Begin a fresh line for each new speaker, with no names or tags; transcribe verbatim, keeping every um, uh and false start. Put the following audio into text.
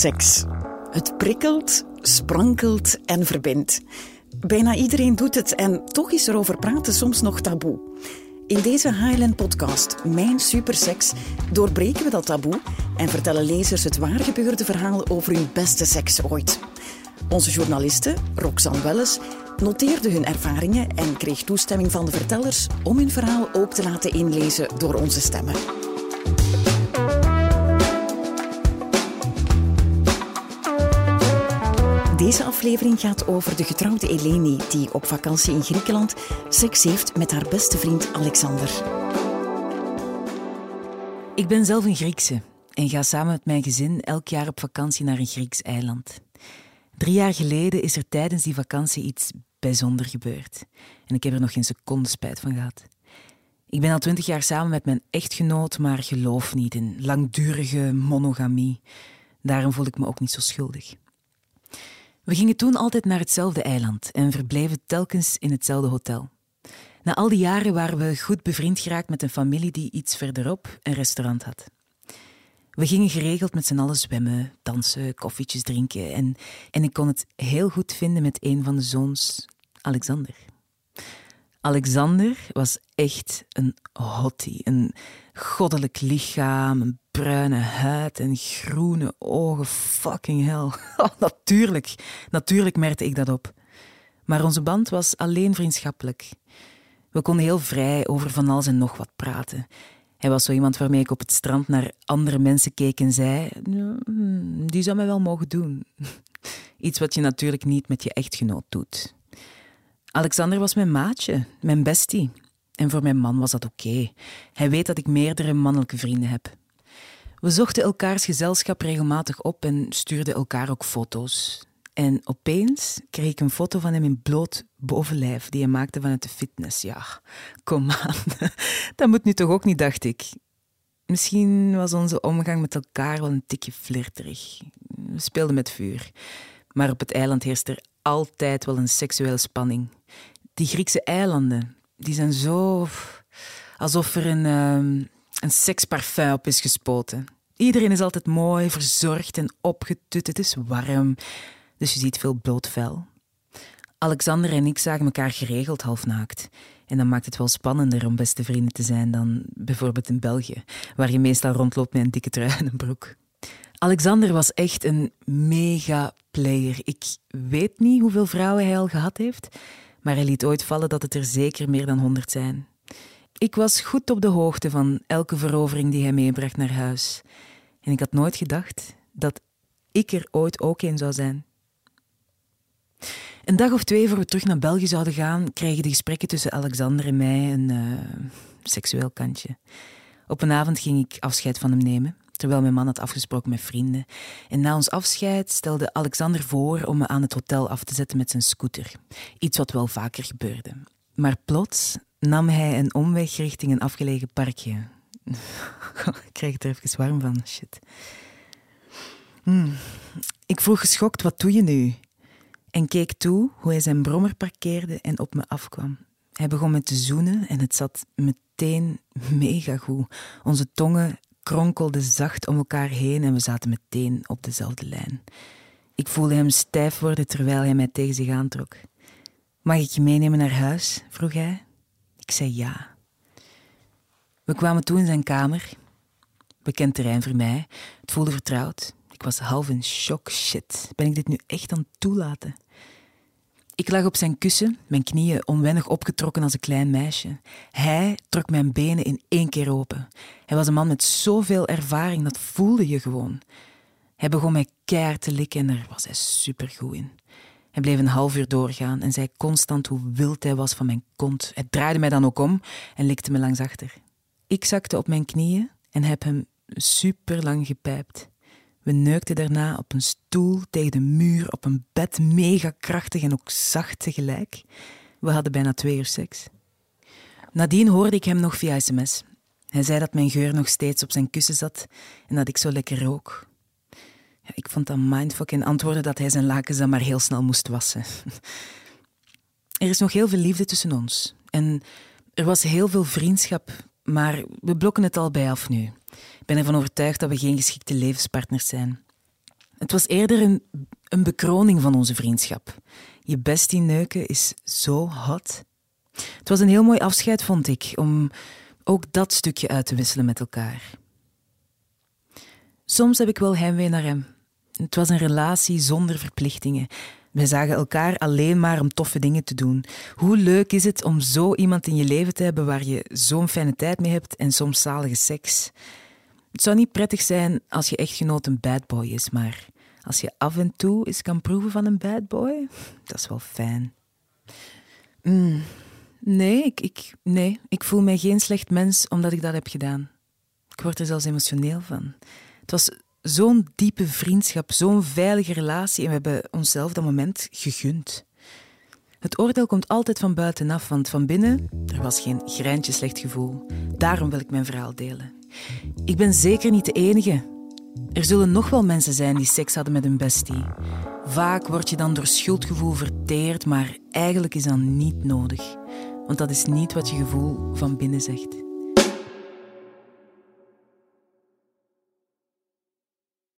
Seks. Het prikkelt, sprankelt en verbindt. Bijna iedereen doet het en toch is er over praten soms nog taboe. In deze Highland-podcast, Mijn Superseks, doorbreken we dat taboe en vertellen lezers het waargebeurde verhaal over hun beste seks ooit. Onze journaliste, Roxanne Welles, noteerde hun ervaringen en kreeg toestemming van de vertellers om hun verhaal ook te laten inlezen door onze stemmen. Deze aflevering gaat over de getrouwde Eleni die op vakantie in Griekenland seks heeft met haar beste vriend Alexander.
Ik ben zelf een Griekse en ga samen met mijn gezin elk jaar op vakantie naar een Grieks eiland. Drie jaar geleden is er tijdens die vakantie iets bijzonders gebeurd. En ik heb er nog geen seconde spijt van gehad. Ik ben al twintig jaar samen met mijn echtgenoot, maar geloof niet in langdurige monogamie. Daarom voel ik me ook niet zo schuldig. We gingen toen altijd naar hetzelfde eiland en verbleven telkens in hetzelfde hotel. Na al die jaren waren we goed bevriend geraakt met een familie die iets verderop een restaurant had. We gingen geregeld met z'n allen zwemmen, dansen, koffietjes drinken en, en ik kon het heel goed vinden met een van de zoons, Alexander. Alexander was echt een hottie, een goddelijk lichaam, een bruine huid en groene ogen. Fucking hell. Oh, natuurlijk, natuurlijk merkte ik dat op. Maar onze band was alleen vriendschappelijk. We konden heel vrij over van alles en nog wat praten. Hij was zo iemand waarmee ik op het strand naar andere mensen keek en zei, die zou mij wel mogen doen. Iets wat je natuurlijk niet met je echtgenoot doet. Alexander was mijn maatje, mijn bestie. En voor mijn man was dat oké. Okay. Hij weet dat ik meerdere mannelijke vrienden heb. We zochten elkaars gezelschap regelmatig op en stuurden elkaar ook foto's. En opeens kreeg ik een foto van hem in bloot bovenlijf die hij maakte vanuit de fitness. Ja, kom aan. Dat moet nu toch ook niet, dacht ik. Misschien was onze omgang met elkaar wel een tikje flirterig. We speelden met vuur. Maar op het eiland heerst er altijd wel een seksuele spanning. Die Griekse eilanden, die zijn zo alsof er een, um, een seksparfum op is gespoten. Iedereen is altijd mooi, verzorgd en opgetut. Het is warm, dus je ziet veel bloot vel. Alexander en ik zagen elkaar geregeld halfnaakt. En dan maakt het wel spannender om beste vrienden te zijn dan bijvoorbeeld in België, waar je meestal rondloopt met een dikke trui en een broek. Alexander was echt een mega player. Ik weet niet hoeveel vrouwen hij al gehad heeft, maar hij liet ooit vallen dat het er zeker meer dan honderd zijn. Ik was goed op de hoogte van elke verovering die hij meebracht naar huis. En ik had nooit gedacht dat ik er ooit ook een zou zijn. Een dag of twee voor we terug naar België zouden gaan, kregen de gesprekken tussen Alexander en mij een uh, seksueel kantje. Op een avond ging ik afscheid van hem nemen, terwijl mijn man had afgesproken met vrienden. En na ons afscheid stelde Alexander voor om me aan het hotel af te zetten met zijn scooter. Iets wat wel vaker gebeurde. Maar plots nam hij een omweg richting een afgelegen parkje. Ik kreeg het er even warm van, shit. Hmm. Ik vroeg geschokt, wat doe je nu? En keek toe hoe hij zijn brommer parkeerde en op me afkwam. Hij begon me te zoenen en het zat meteen mega goed. Onze tongen kronkelden zacht om elkaar heen en we zaten meteen op dezelfde lijn. Ik voelde hem stijf worden terwijl hij mij tegen zich aantrok. Mag ik je meenemen naar huis? Vroeg hij. Ik zei ja. We kwamen toe in zijn kamer. Bekend terrein voor mij. Het voelde vertrouwd. Ik was half in shock. Shit, ben ik dit nu echt aan het toelaten? Ik lag op zijn kussen, mijn knieën onwennig opgetrokken als een klein meisje. Hij trok mijn benen in één keer open. Hij was een man met zoveel ervaring, dat voelde je gewoon. Hij begon mij keihard te likken en daar was hij supergoed in. Hij bleef een half uur doorgaan en zei constant hoe wild hij was van mijn kont. Hij draaide mij dan ook om en likte me langs achter. Ik zakte op mijn knieën en heb hem superlang gepijpt. We neukten daarna op een stoel, tegen de muur, op een bed, mega krachtig en ook zacht tegelijk. We hadden bijna twee uur seks. Nadien hoorde ik hem nog via sms. Hij zei dat mijn geur nog steeds op zijn kussen zat en dat ik zo lekker rook. Ja, ik vond dat mindfuck en antwoordde dat hij zijn lakens dan maar heel snel moest wassen. Er is nog heel veel liefde tussen ons. En er was heel veel vriendschap, maar we blokken het al bij af nu. Ik ben ervan overtuigd dat we geen geschikte levenspartners zijn. Het was eerder een, een bekroning van onze vriendschap. Je bestie neuken is zo hot. Het was een heel mooi afscheid, vond ik, om ook dat stukje uit te wisselen met elkaar. Soms heb ik wel heimwee naar hem. Het was een relatie zonder verplichtingen. Wij zagen elkaar alleen maar om toffe dingen te doen. Hoe leuk is het om zo iemand in je leven te hebben waar je zo'n fijne tijd mee hebt en soms zalige seks. Het zou niet prettig zijn als je echtgenoot een bad boy is, maar als je af en toe eens kan proeven van een bad boy, dat is wel fijn. Mm, nee, ik, ik, nee, ik voel mij geen slecht mens omdat ik dat heb gedaan. Ik word er zelfs emotioneel van. Het was zo'n diepe vriendschap, zo'n veilige relatie en we hebben onszelf dat moment gegund. Het oordeel komt altijd van buitenaf, want van binnen, er was geen greintje slecht gevoel. Daarom wil ik mijn verhaal delen. Ik ben zeker niet de enige. Er zullen nog wel mensen zijn die seks hadden met hun bestie. Vaak word je dan door schuldgevoel verteerd, maar eigenlijk is dat niet nodig. Want dat is niet wat je gevoel van binnen zegt.